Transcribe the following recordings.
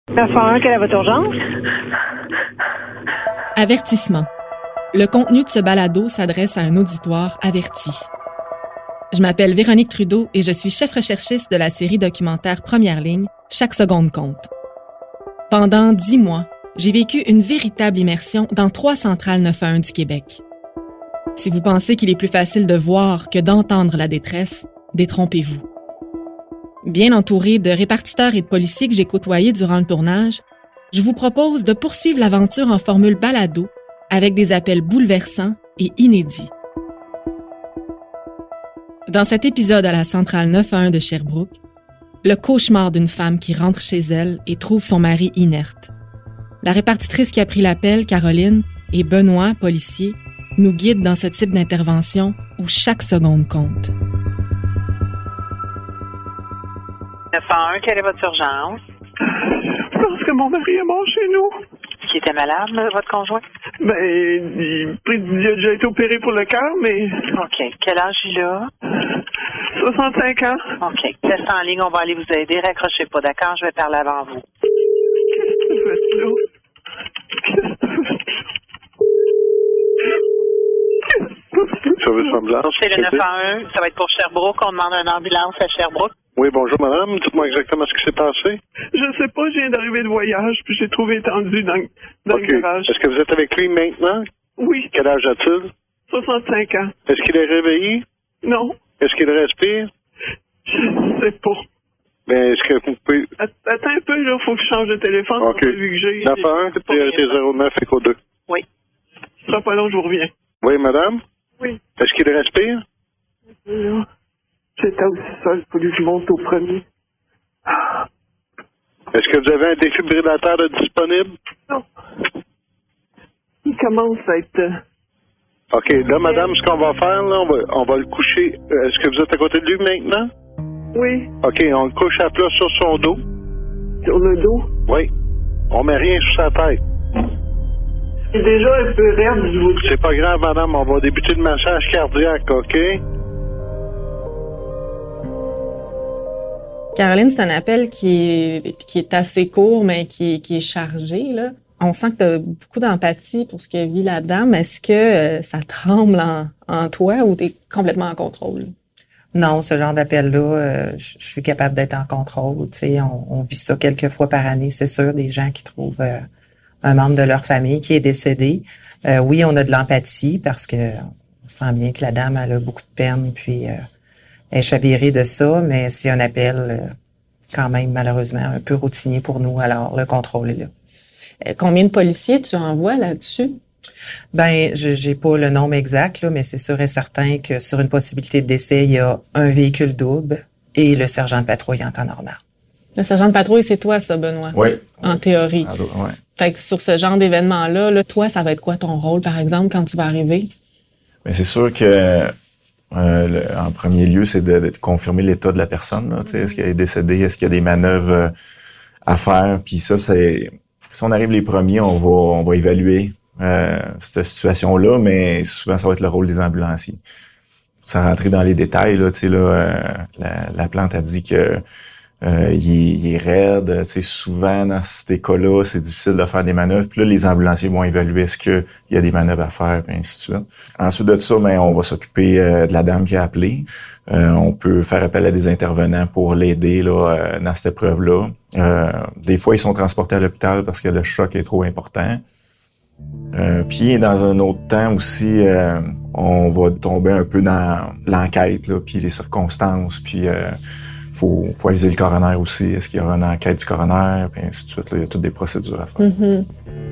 911, quelle est votre urgence? Avertissement. Le contenu de ce balado s'adresse à un auditoire averti. Je m'appelle Véronique Trudeau et je suis chef recherchiste de la série documentaire Première ligne, Chaque seconde compte. Pendant 10 mois, j'ai vécu une véritable immersion dans 3 centrales 911 du Québec. Si vous pensez qu'il est plus facile de voir que d'entendre la détresse, détrompez-vous. Bien entouré de répartiteurs et de policiers que j'ai côtoyés durant le tournage, je vous propose de poursuivre l'aventure en formule balado avec des appels bouleversants et inédits. Dans cet épisode à la centrale 911 de Sherbrooke, le cauchemar d'une femme qui rentre chez elle et trouve son mari inerte. La répartitrice qui a pris l'appel, Caroline, et Benoît, policier, nous guident dans ce type d'intervention où chaque seconde compte. 911, quelle est votre urgence? Je pense que mon mari est mort chez nous. Qui était malade, votre conjoint? Ben, il a déjà été opéré pour le cœur, mais... OK. Quel âge il a? 65 ans. OK. Reste en ligne, on va aller vous aider. Raccrochez pas, d'accord? Je vais parler avant vous. Qu'est-ce que tu fais là? Service ambulance. C'est le 911. Ça va être pour Sherbrooke. On demande une ambulance à Sherbrooke. Oui, bonjour madame. Dites-moi exactement ce qui s'est passé. Je sais pas, je viens d'arriver de voyage, puis j'ai trouvé étendu dans le garage. Est-ce que vous êtes avec lui maintenant? Oui. Quel âge a-t-il? 65 ans. Est-ce qu'il est réveillé? Non. Est-ce qu'il respire? Je sais pas. Ben, est-ce que vous pouvez... Attends un peu, là, faut que je change de téléphone. OK. Celui que j'ai. 911, priorité 09, écho 2. Oui. Ce sera pas long, je vous reviens. Oui, madame? Oui. Est-ce qu'il respire? Là, j'étais aussi seul, il fallait que je monte au premier. Est-ce que vous avez un défibrillateur disponible? Non. Il commence à être... OK, là, madame, ce qu'on va faire, là, on va le coucher. Est-ce que vous êtes à côté de lui maintenant? Oui. OK, on le couche à plat sur son dos. Sur le dos? Oui. On met rien sur sa tête. C'est déjà un peu raide, je vous dis. C'est pas grave, madame, on va débuter le massage cardiaque, OK? Caroline, c'est un appel qui est assez court, mais qui est chargé, là. On sent que tu as beaucoup d'empathie pour ce que vit la dame. Est-ce que ça tremble en toi ou tu es complètement en contrôle? Non, ce genre d'appel-là, je suis capable d'être en contrôle. Tu sais, on vit ça quelques fois par année, c'est sûr, des gens qui trouvent un membre de leur famille qui est décédé. Oui, on a de l'empathie parce que on sent bien que la dame elle a beaucoup de peine, puis elle est chavirée de ça, mais c'est un appel quand même malheureusement un peu routinier pour nous, alors le contrôle est là. Combien de policiers tu envoies là-dessus? Ben, j'ai pas le nombre exact, là, mais c'est sûr et certain que sur une possibilité de décès, il y a un véhicule double et le sergent de patrouille en temps normal. Le sergent de patrouille, c'est toi, ça, Benoît? Oui. En théorie. Oui. Fait que sur ce genre d'événement-là, là, toi, ça va être quoi ton rôle, par exemple, quand tu vas arriver? Mais c'est sûr que en premier lieu, c'est de confirmer l'état de la personne. Là, est-ce qu'elle est décédée? Est-ce qu'il y a des manœuvres à faire? Puis ça, si on arrive les premiers, on va évaluer cette situation-là, mais souvent, ça va être le rôle des ambulanciers. Sans rentrer dans les détails, là, la plante a dit que il est raide. Souvent, dans ces cas-là, c'est difficile de faire des manœuvres. Puis là, les ambulanciers vont évaluer est-ce qu'il y a des manœuvres à faire, et ainsi de suite. Ensuite de ça, on va s'occuper de la dame qui a appelé. On peut faire appel à des intervenants pour l'aider là dans cette épreuve-là. Des fois, ils sont transportés à l'hôpital parce que le choc est trop important. Puis dans un autre temps aussi, on va tomber un peu dans l'enquête, là, puis les circonstances, puis faut aviser le coroner aussi. Est-ce qu'il y aura une enquête du coroner, puis ainsi de suite. Là, il y a toutes des procédures à faire. Mm-hmm.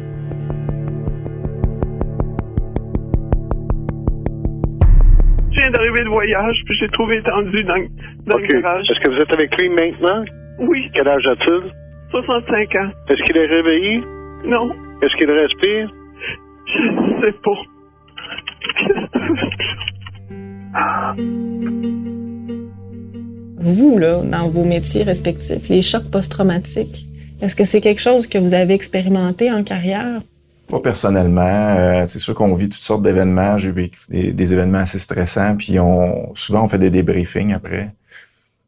Je viens d'arriver de voyage, puis j'ai trouvé étendu dans le garage. Est-ce que vous êtes avec lui maintenant? Oui. Quel âge a-t-il? 65 ans. Est-ce qu'il est réveillé? Non. Est-ce qu'il respire? Je sais pas. Vous, là, dans vos métiers respectifs, les chocs post-traumatiques, est-ce que c'est quelque chose que vous avez expérimenté en carrière? Pas personnellement. C'est sûr qu'on vit toutes sortes d'événements. J'ai vécu des événements assez stressants, puis souvent on fait des débriefings après.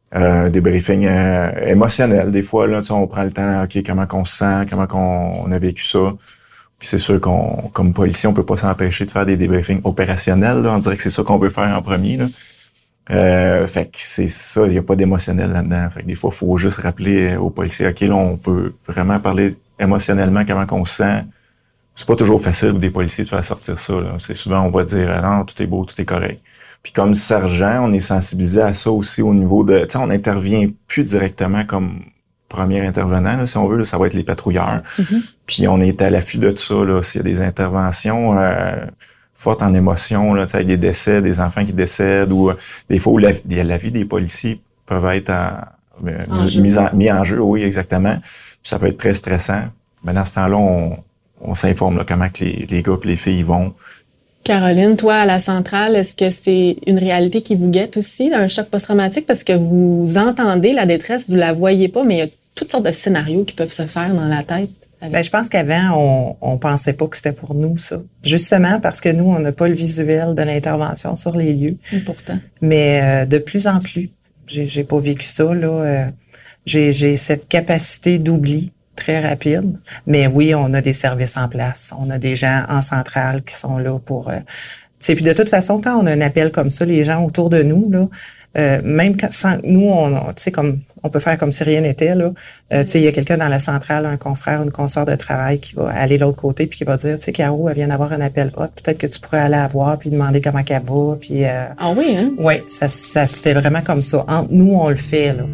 Des briefings émotionnels. Des fois, là, on prend le temps, OK, comment qu'on se sent, comment qu'on a vécu ça. Puis c'est sûr qu'on, comme policier, on peut pas s'empêcher de faire des débriefings opérationnels. Là. On dirait que c'est ça qu'on veut faire en premier. Là. Fait que c'est ça, il n'y a pas d'émotionnel là-dedans. Fait que des fois, il faut juste rappeler aux policiers, OK, là, on veut vraiment parler émotionnellement, comment qu'on se sent. C'est pas toujours facile pour des policiers de faire sortir ça. Là. C'est souvent, on va dire, ah non, tout est beau, tout est correct. Puis comme sergent, on est sensibilisé à ça aussi au niveau de, tu sais, on n'intervient plus directement comme premier intervenant, là, si on veut, là, ça va être les patrouilleurs. Mm-hmm. Puis on est à l'affût de ça, là, s'il y a des interventions fortes en émotion, là, avec des décès, des enfants qui décèdent, ou des fois où la vie des policiers peuvent être mis en jeu, oui, exactement. Puis ça peut être très stressant. Mais dans ce temps-là, on s'informe là, comment que les gars et les filles vont. Caroline, toi, à la centrale, est-ce que c'est une réalité qui vous guette aussi, un choc post-traumatique, parce que vous entendez la détresse, vous la voyez pas, mais il y a toutes sortes de scénarios qui peuvent se faire dans la tête? Je pense qu'avant, on pensait pas que c'était pour nous, ça. Justement parce que nous, on n'a pas le visuel de l'intervention sur les lieux. Et pourtant. Mais de plus en plus, j'ai pas vécu ça, là. J'ai cette capacité d'oubli très rapide. Mais oui, on a des services en place. On a des gens en centrale qui sont là pour... puis de toute façon, quand on a un appel comme ça, les gens autour de nous, là, même sans nous, comme on peut faire comme si rien n'était, là. Il y a quelqu'un dans la centrale, un confrère, une consoeur de travail qui va aller de l'autre côté puis qui va dire, tu sais, Caro, elle vient d'avoir un appel hot, peut-être que tu pourrais aller la voir puis demander comment qu'elle va. Puis, ah oui, hein? Oui, ça se fait vraiment comme ça. Entre nous, on le fait, là.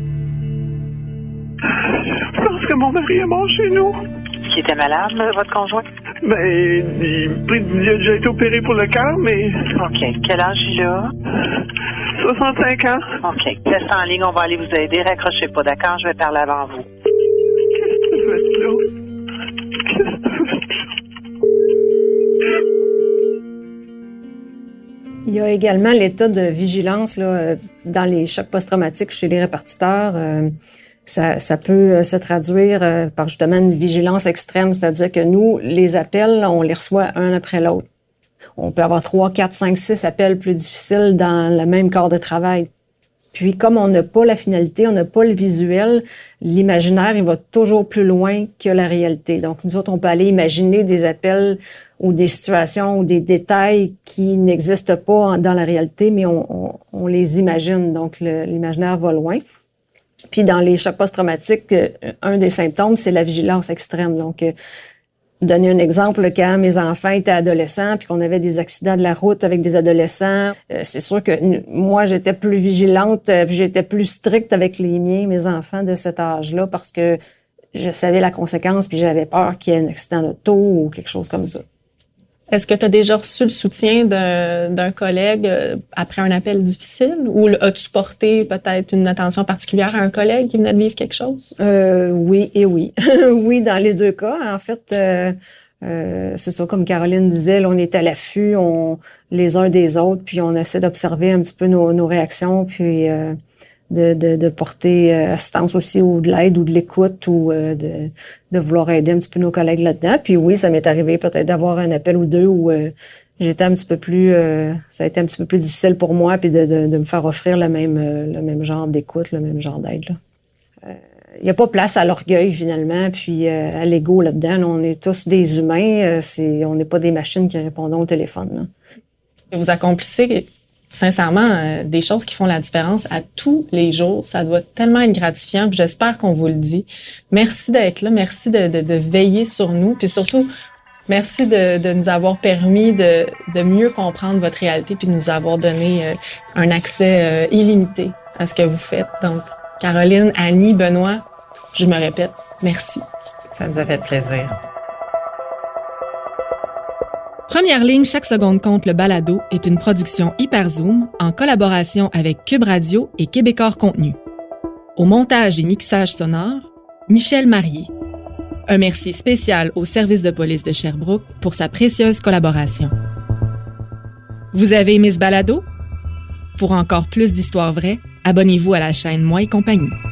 Mon mari est mort chez nous. Qui était malade, votre conjoint? Il a déjà été opéré pour le cœur, mais... OK. Quel âge il a? 65 ans. OK. Restez en ligne, on va aller vous aider. Raccrochez pas, d'accord? Je vais parler avant vous. Qu'est-ce que tu veux être là? Qu'est-ce que tu veux être là? Il y a également l'état de vigilance là, dans les chocs post-traumatiques chez les répartiteurs. Ça peut se traduire par justement une vigilance extrême, c'est-à-dire que nous, les appels, on les reçoit un après l'autre. On peut avoir 3, 4, 5, 6 appels plus difficiles dans le même corps de travail. Puis comme on n'a pas la finalité, on n'a pas le visuel, l'imaginaire, il va toujours plus loin que la réalité. Donc nous autres, on peut aller imaginer des appels ou des situations ou des détails qui n'existent pas dans la réalité, mais on les imagine. Donc l'imaginaire va loin. Puis dans les chocs post-traumatiques, un des symptômes, c'est la vigilance extrême. Donc, donner un exemple, quand mes enfants étaient adolescents, puis qu'on avait des accidents de la route avec des adolescents, c'est sûr que moi, j'étais plus vigilante, puis j'étais plus stricte avec mes enfants de cet âge-là, parce que je savais la conséquence, puis j'avais peur qu'il y ait un accident d'auto ou quelque chose comme ça. Est-ce que tu as déjà reçu le soutien d'un collègue après un appel difficile? Ou as-tu porté peut-être une attention particulière à un collègue qui venait de vivre quelque chose? Oui et oui. Oui, dans les deux cas. En fait, c'est ça, comme Caroline disait, là, on est à l'affût les uns des autres, puis on essaie d'observer un petit peu nos réactions, puis de porter assistance aussi ou de l'aide ou de l'écoute ou de vouloir aider un petit peu nos collègues là-dedans. Puis oui, ça m'est arrivé peut-être d'avoir un appel ou deux où j'étais un petit peu plus ça a été un petit peu plus difficile pour moi puis de me faire offrir le même genre d'écoute, le même genre d'aide là. Il n'y a pas place à l'orgueil finalement puis à l'ego là-dedans. Là, on est tous des humains, on n'est pas des machines qui répondent au téléphone là. Vous accomplissez sincèrement, des choses qui font la différence à tous les jours. Ça doit tellement être gratifiant, puis j'espère qu'on vous le dit. Merci d'être là, merci de veiller sur nous, puis surtout, merci de nous avoir permis de mieux comprendre votre réalité, puis de nous avoir donné un accès illimité à ce que vous faites. Donc, Caroline, Annie, Benoît, je me répète, merci. Ça nous a fait plaisir. Première ligne, chaque seconde compte le balado est une production Hyperzoom en collaboration avec Cube Radio et Québecor Contenu. Au montage et mixage sonore, Michel Marié. Un merci spécial au service de police de Sherbrooke pour sa précieuse collaboration. Vous avez aimé ce balado? Pour encore plus d'histoires vraies, abonnez-vous à la chaîne Moi et compagnie.